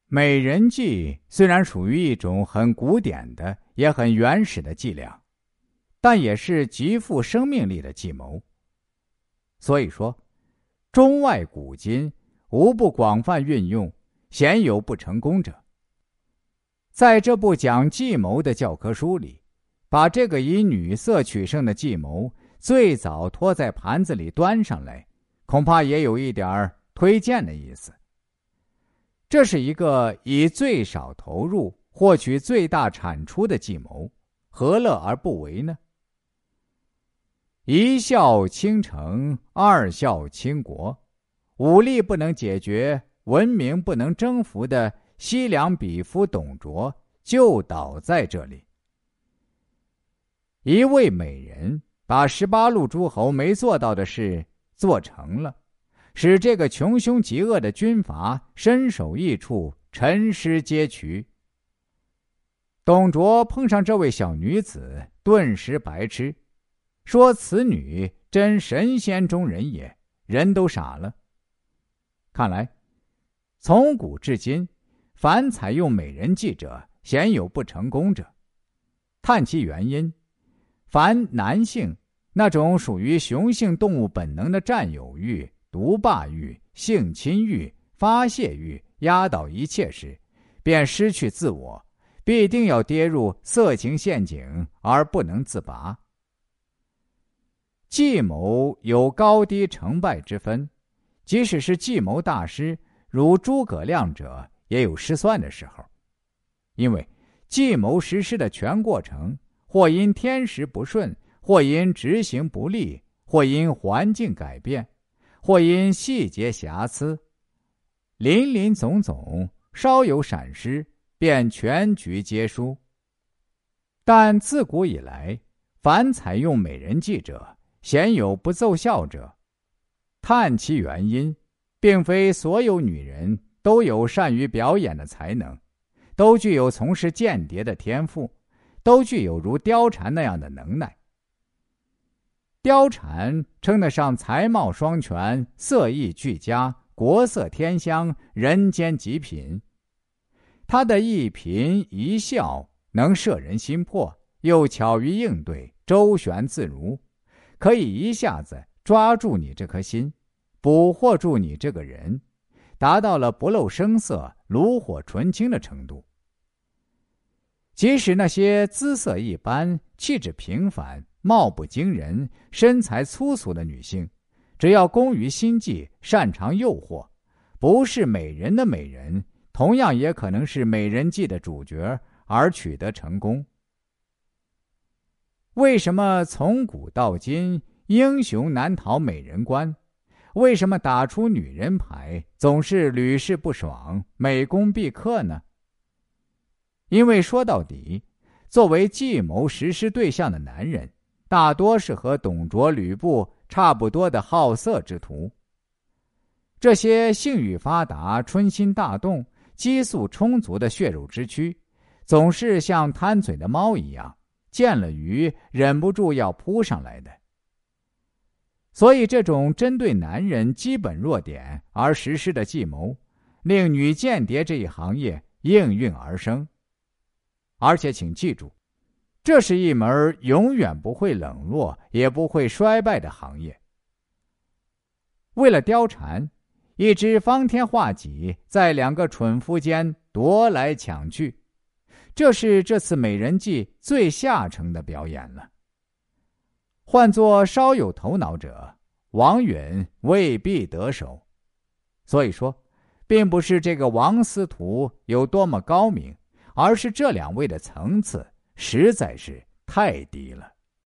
美人计虽然属于一种很古典的也很原始的伎俩，但也是极富生命力的计谋。所以说，中外古今无不广泛运用，鲜有不成功者。在这部讲计谋的教科书里，把这个以女色取胜的计谋最早拖在盘子里端上来，恐怕也有一点推荐的意思。这是一个以最少投入获取最大产出的计谋，何乐而不为呢？一笑倾城，二笑倾国，武力不能解决，文明不能征服的西凉比夫董卓就倒在这里。一位美人把18路诸侯没做到的事做成了，使这个穷凶极恶的军阀身首异处，陈尸皆渠。董卓碰上这位小女子，顿时白痴，说此女真神仙中人也，人都傻了。看来从古至今，凡采用美人计者，鲜有不成功者。探其原因，凡男性那种属于雄性动物本能的占有欲、独霸欲、性侵欲、发泄欲压倒一切时，便失去自我，必定要跌入色情陷阱而不能自拔。计谋有高低成败之分，即使是计谋大师如诸葛亮者，也有失算的时候。因为计谋实施的全过程，或因天时不顺，或因执行不力，或因环境改变，或因细节瑕疵，林林总总，稍有闪失，便全局皆输。但自古以来，凡采用美人计者，鲜有不奏效者。探其原因，并非所有女人都有善于表演的才能，都具有从事间谍的天赋，都具有如貂蝉那样的能耐。貂蝉称得上才貌双全，色艺俱佳，国色天香，人间极品。她的一颦一笑能摄人心魄，又巧于应对，周旋自如，可以一下子抓住你这颗心，捕获住你这个人，达到了不露声色，炉火纯青的程度。即使那些姿色一般，气质平凡，貌不惊人，身材粗俗的女性，只要工于心计，擅长诱惑，不是美人的美人，同样也可能是美人计的主角，而取得成功。为什么从古到今英雄难逃美人关？为什么打出女人牌总是屡试不爽，每攻必克呢？因为说到底，作为计谋实施对象的男人，大多是和董卓、吕布差不多的好色之徒。这些性欲发达、春心大动、激素充足的血肉之躯，总是像贪嘴的猫一样，见了鱼忍不住要扑上来的。所以这种针对男人基本弱点而实施的计谋，令女间谍这一行业应运而生。而且请记住，这是一门永远不会冷落也不会衰败的行业。为了貂蝉，一只方天画戟在两个蠢夫间夺来抢去，这是这次美人计最下乘的表演了。换作稍有头脑者，王允未必得手。所以说，并不是这个王司徒有多么高明，而是这两位的层次实在是太低了。